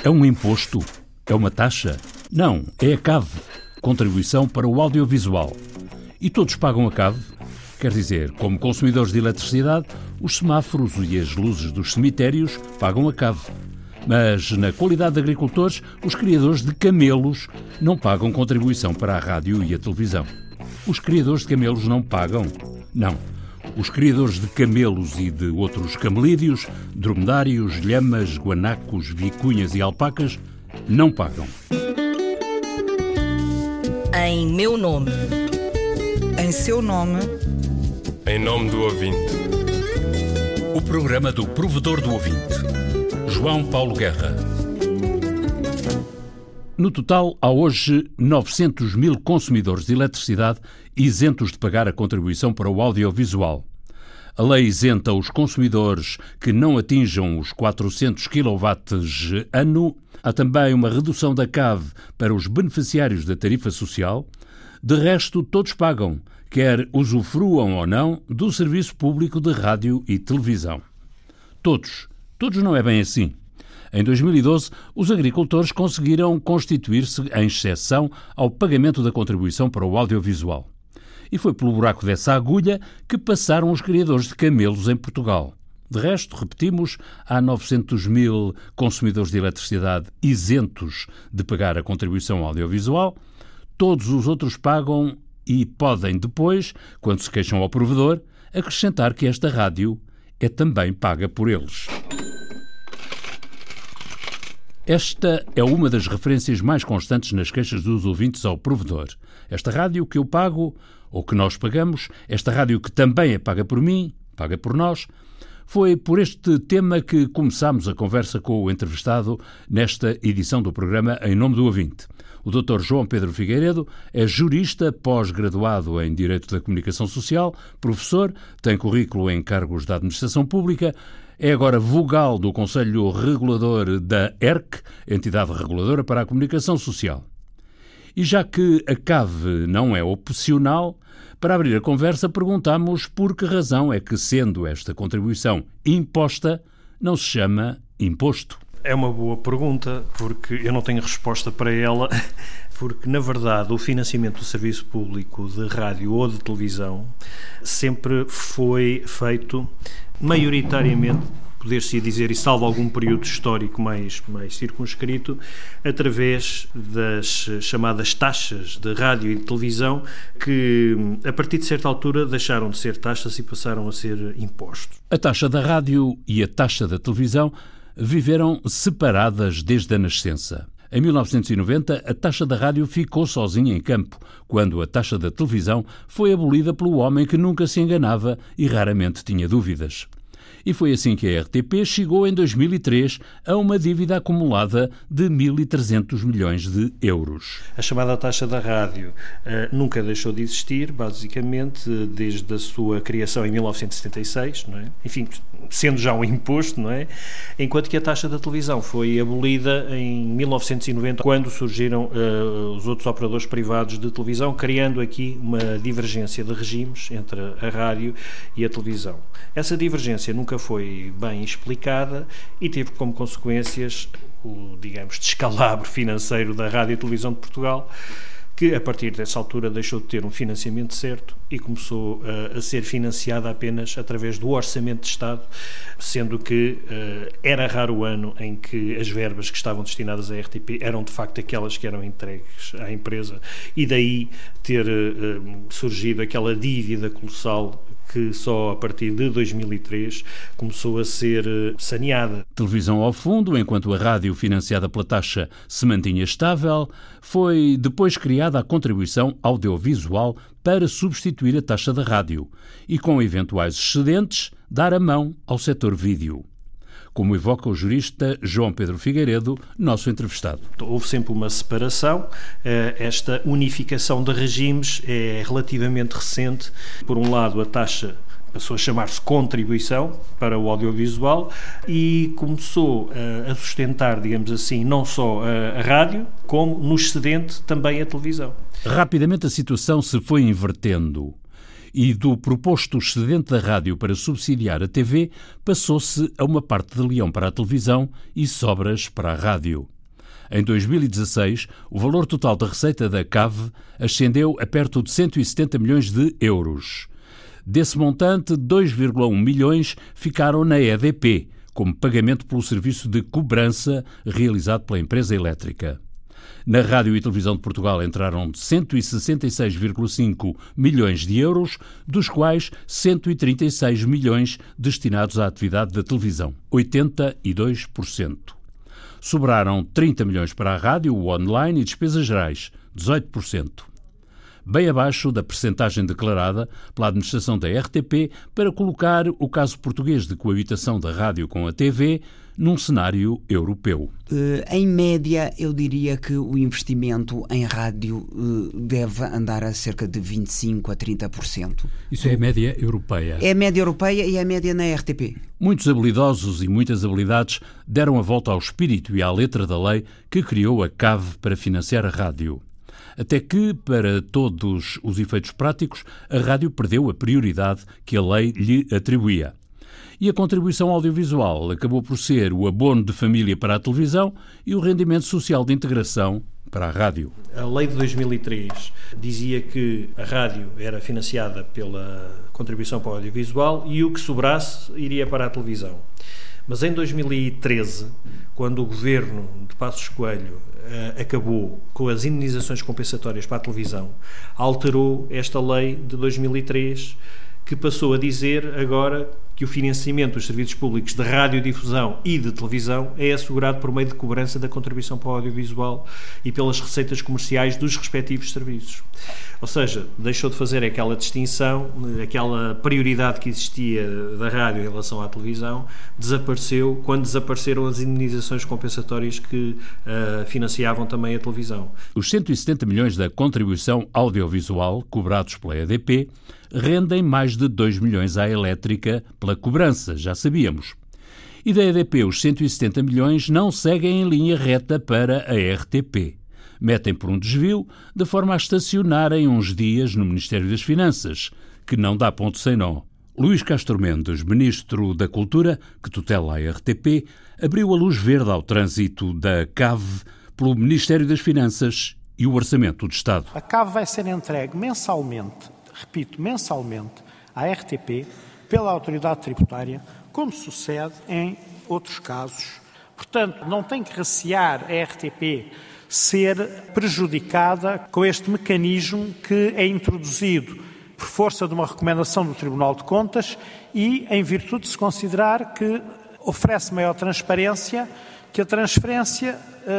É um imposto? É uma taxa? Não, é a CAV, Contribuição para o Audiovisual. E todos pagam a CAV? Quer dizer, como consumidores de eletricidade, os semáforos e as luzes dos cemitérios pagam a CAV. Mas, na qualidade de agricultores, os criadores de camelos não pagam contribuição para a rádio e a televisão. Os criadores de camelos não pagam? Não. Os criadores de camelos e de outros camelídeos, dromedários, lhamas, guanacos, vicunhas e alpacas, não pagam. Em meu nome. Em seu nome. Em nome do ouvinte. O programa do provedor do ouvinte, João Paulo Guerra. No total, há hoje 900 mil consumidores de eletricidade isentos de pagar a contribuição para o audiovisual. A lei isenta os consumidores que não atinjam os 400 kW ano. Há também uma redução da CAV para os beneficiários da tarifa social. De resto, todos pagam, quer usufruam ou não, do serviço público de rádio e televisão. Todos. Todos não é bem assim. Em 2012, os agricultores conseguiram constituir-se em exceção ao pagamento da contribuição para o audiovisual. E foi pelo buraco dessa agulha que passaram os criadores de camelos em Portugal. De resto, repetimos, há 900 mil consumidores de eletricidade isentos de pagar a contribuição audiovisual. Todos os outros pagam e podem depois, quando se queixam ao provedor, acrescentar que esta rádio é também paga por eles. Esta é uma das referências mais constantes nas queixas dos ouvintes ao provedor. Esta rádio que eu pago, ou que nós pagamos, esta rádio que também é paga por mim, paga por nós. Foi por este tema que começámos a conversa com o entrevistado nesta edição do programa Em Nome do Ouvinte. O Dr. João Pedro Figueiredo é jurista, pós-graduado em Direito da Comunicação Social, professor, tem currículo em cargos da Administração Pública, é agora vogal do Conselho Regulador da ERC, Entidade Reguladora para a Comunicação Social. E já que a CAV não é opcional, para abrir a conversa perguntamos por que razão é que, sendo esta contribuição imposta, não se chama imposto. É uma boa pergunta, porque eu não tenho resposta para ela, porque, na verdade, o financiamento do serviço público de rádio ou de televisão sempre foi feito maioritariamente, poder-se dizer, e salvo algum período histórico mais circunscrito, através das chamadas taxas de rádio e de televisão, que, a partir de certa altura, deixaram de ser taxas e passaram a ser impostos. A taxa da rádio e a taxa da televisão viveram separadas desde a nascença. Em 1990, a taxa da rádio ficou sozinha em campo, quando a taxa da televisão foi abolida pelo homem que nunca se enganava e raramente tinha dúvidas. E foi assim que a RTP chegou em 2003 a uma dívida acumulada de 1.300 milhões de euros. A chamada taxa da rádio nunca deixou de existir, basicamente, desde a sua criação em 1976, não é? Enfim, sendo já um imposto, não é? Enquanto que a taxa da televisão foi abolida em 1990, quando surgiram os outros operadores privados de televisão, criando aqui uma divergência de regimes entre a rádio e a televisão. Essa divergência nunca foi bem explicada e teve como consequências o, digamos, descalabro financeiro da Rádio e Televisão de Portugal, que a partir dessa altura deixou de ter um financiamento certo e começou a ser financiada apenas através do Orçamento de Estado, sendo que era raro o ano em que as verbas que estavam destinadas à RTP eram de facto aquelas que eram entregues à empresa, e daí ter surgido aquela dívida colossal que só a partir de 2003 começou a ser saneada. Televisão ao fundo, enquanto a rádio financiada pela taxa se mantinha estável, foi depois criada a contribuição audiovisual para substituir a taxa da rádio e, com eventuais excedentes, dar a mão ao setor vídeo. Como evoca o jurista João Pedro Figueiredo, nosso entrevistado. Houve sempre uma separação. Esta unificação de regimes é relativamente recente. Por um lado, a taxa passou a chamar-se contribuição para o audiovisual e começou a sustentar, digamos assim, não só a rádio, como no excedente também a televisão. Rapidamente a situação se foi invertendo. E do proposto excedente da rádio para subsidiar a TV, passou-se a uma parte de leão para a televisão e sobras para a rádio. Em 2016, o valor total da receita da CAV ascendeu a perto de 170 milhões de euros. Desse montante, 2,1 milhões ficaram na EDP, como pagamento pelo serviço de cobrança realizado pela empresa elétrica. Na Rádio e Televisão de Portugal entraram 166,5 milhões de euros, dos quais 136 milhões destinados à atividade da televisão, 82%. Sobraram 30 milhões para a rádio, o online e despesas gerais, 18%. Bem abaixo da percentagem declarada pela administração da RTP para colocar o caso português de coabitação da rádio com a TV num cenário europeu. Em média, eu diria que o investimento em rádio deve andar a cerca de 25% a 30%. Isso é a média europeia? É a média europeia e é a média na RTP. Muitos habilidosos e muitas habilidades deram a volta ao espírito e à letra da lei que criou a CAV para financiar a rádio. Até que, para todos os efeitos práticos, a rádio perdeu a prioridade que a lei lhe atribuía. E a contribuição audiovisual acabou por ser o abono de família para a televisão e o rendimento social de integração para a rádio. A lei de 2003 dizia que a rádio era financiada pela contribuição para o audiovisual e o que sobrasse iria para a televisão. Mas em 2013, quando o governo de Passos Coelho acabou com as indenizações compensatórias para a televisão, alterou esta lei de 2003, que passou a dizer agora que o financiamento dos serviços públicos de radiodifusão e de televisão é assegurado por meio de cobrança da contribuição para o audiovisual e pelas receitas comerciais dos respectivos serviços. Ou seja, deixou de fazer aquela distinção, aquela prioridade que existia da rádio em relação à televisão, desapareceu quando desapareceram as indenizações compensatórias que financiavam também a televisão. Os 170 milhões da contribuição audiovisual cobrados pela EDP rendem mais de 2 milhões à elétrica pela cobrança, já sabíamos. E da EDP os 170 milhões não seguem em linha reta para a RTP. Metem por um desvio, de forma a estacionarem uns dias no Ministério das Finanças, que não dá ponto sem nó. Luís Castro Mendes, Ministro da Cultura, que tutela a RTP, abriu a luz verde ao trânsito da CAV pelo Ministério das Finanças e o Orçamento do Estado. A CAV vai ser entregue mensalmente, repito, mensalmente, à RTP, pela autoridade tributária, como sucede em outros casos. Portanto, não tem que recear a RTP ser prejudicada com este mecanismo que é introduzido por força de uma recomendação do Tribunal de Contas e em virtude de se considerar que oferece maior transparência, que a transferência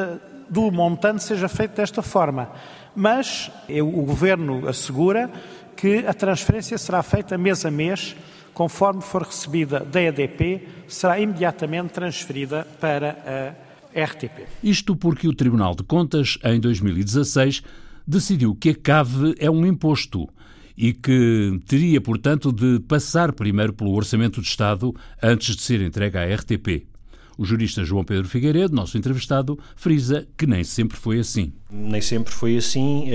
do montante seja feita desta forma. Mas o Governo assegura que a transferência será feita mês a mês, conforme for recebida da EDP, será imediatamente transferida para a RTP. Isto porque o Tribunal de Contas, em 2016, decidiu que a CAV é um imposto e que teria, portanto, de passar primeiro pelo Orçamento do Estado antes de ser entregue à RTP. O jurista João Pedro Figueiredo, nosso entrevistado, frisa que nem sempre foi assim. Nem sempre foi assim.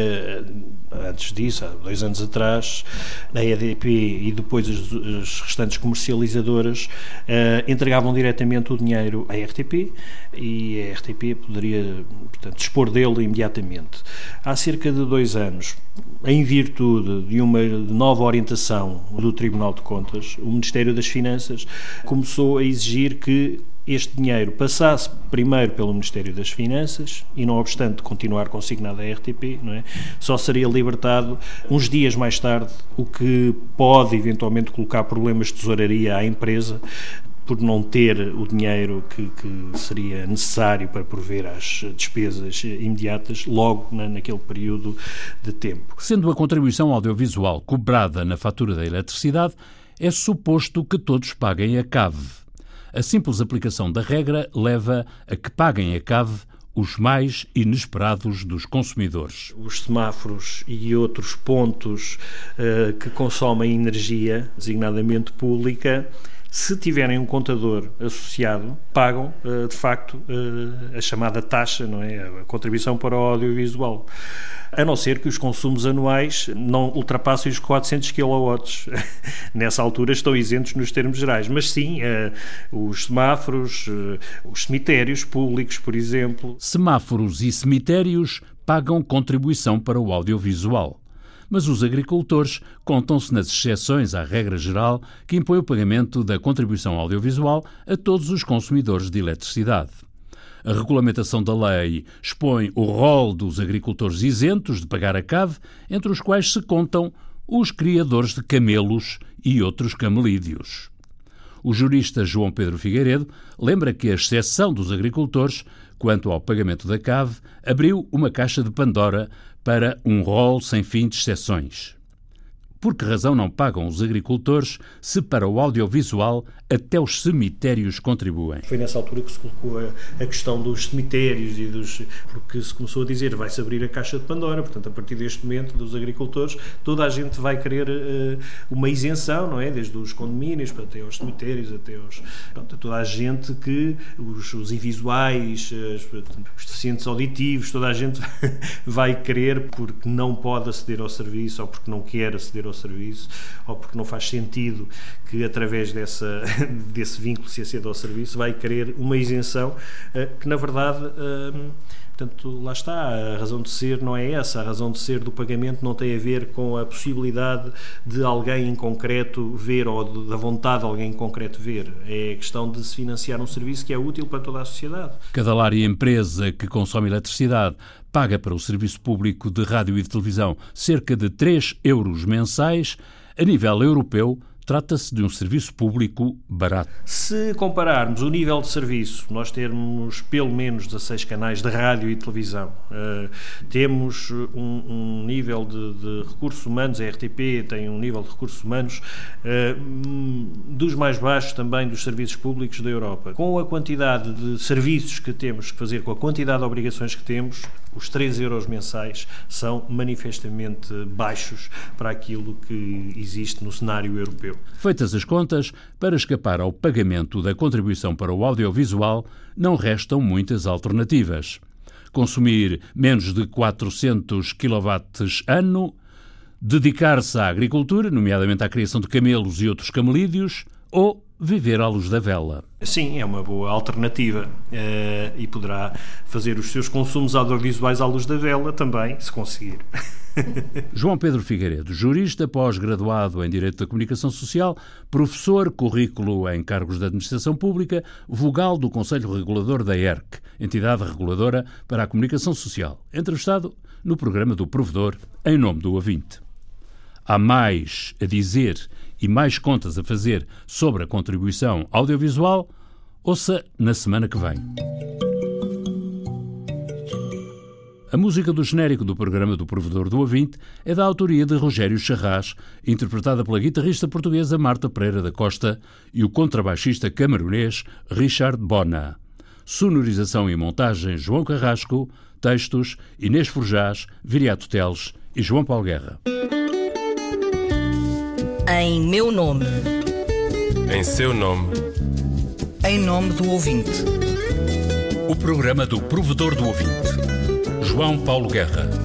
Antes disso, há 2 anos atrás, a EDP e depois as restantes comercializadoras entregavam diretamente o dinheiro à RTP e a RTP poderia, portanto, dispor dele imediatamente. Há cerca de 2 anos, em virtude de uma nova orientação do Tribunal de Contas, o Ministério das Finanças começou a exigir que este dinheiro passasse primeiro pelo Ministério das Finanças e, não obstante continuar consignado à RTP, não é? Só seria libertado uns dias mais tarde, o que pode eventualmente colocar problemas de tesouraria à empresa por não ter o dinheiro que seria necessário para prover às despesas imediatas logo naquele período de tempo. Sendo a contribuição audiovisual cobrada na fatura da eletricidade, é suposto que todos paguem a CAV. A simples aplicação da regra leva a que paguem a CAV os mais inesperados dos consumidores. Os semáforos e outros pontos que consomem energia, designadamente pública, se tiverem um contador associado, pagam, de facto, a chamada taxa, não é? A contribuição para o audiovisual. A não ser que os consumos anuais não ultrapassem os 400 kW. Nessa altura estão isentos nos termos gerais. Mas sim, os semáforos, os cemitérios públicos, por exemplo. Semáforos e cemitérios pagam contribuição para o audiovisual. Mas os agricultores contam-se nas exceções à regra geral que impõe o pagamento da contribuição audiovisual a todos os consumidores de eletricidade. A regulamentação da lei expõe o rol dos agricultores isentos de pagar a CAV, entre os quais se contam os criadores de camelos e outros camelídeos. O jurista João Pedro Figueiredo lembra que a exceção dos agricultores, quanto ao pagamento da CAV, abriu uma caixa de Pandora para um rol sem fim de exceções. Por que razão não pagam os agricultores se para o audiovisual até os cemitérios contribuem? Foi nessa altura que se colocou a questão dos cemitérios porque se começou a dizer vai-se abrir a caixa de Pandora, portanto a partir deste momento dos agricultores toda a gente vai querer uma isenção, não é? Desde os condomínios até aos cemitérios, até toda a gente que os invisuais, os deficientes auditivos, toda a gente vai querer porque não pode aceder ao serviço ou porque não quer aceder ao serviço ou porque não faz sentido que através desse vínculo se aceda ao serviço, vai querer uma isenção que na verdade, portanto, lá está, a razão de ser não é essa, a razão de ser do pagamento não tem a ver com a possibilidade de alguém em concreto ver ou da vontade de alguém em concreto ver, é a questão de se financiar um serviço que é útil para toda a sociedade. Cada lar e empresa que consome eletricidade paga para o serviço público de rádio e de televisão cerca de 3 euros mensais. A nível europeu, trata-se de um serviço público barato. Se compararmos o nível de serviço, nós temos pelo menos 16 canais de rádio e televisão, temos um nível de recursos humanos, a RTP tem um nível de recursos humanos dos mais baixos também dos serviços públicos da Europa. Com a quantidade de serviços que temos que fazer, com a quantidade de obrigações que temos, os 3 euros mensais são manifestamente baixos para aquilo que existe no cenário europeu. Feitas as contas, para escapar ao pagamento da contribuição para o audiovisual, não restam muitas alternativas. Consumir menos de 400 kW ano, dedicar-se à agricultura, nomeadamente à criação de camelos e outros camelídeos, ou viver à luz da vela. Sim, é uma boa alternativa e poderá fazer os seus consumos audiovisuais à luz da vela também, se conseguir. João Pedro Figueiredo, jurista, pós-graduado em Direito da Comunicação Social, professor, currículo em cargos de administração pública, vogal do Conselho Regulador da ERC, entidade reguladora para a comunicação social, entrevistado no programa do Provedor, em nome do ouvinte. Há mais a dizer e mais contas a fazer sobre a contribuição audiovisual? Ouça na semana que vem. A música do genérico do programa do Provedor do Ouvinte é da autoria de Rogério Charras, interpretada pela guitarrista portuguesa Marta Pereira da Costa e o contrabaixista camerunês Richard Bona. Sonorização e montagem João Carrasco, textos Inês Forjás, Viriato Teles e João Paulo Guerra. Em meu nome. Em seu nome. Em nome do ouvinte. O programa do Provedor do Ouvinte. João Paulo Guerra.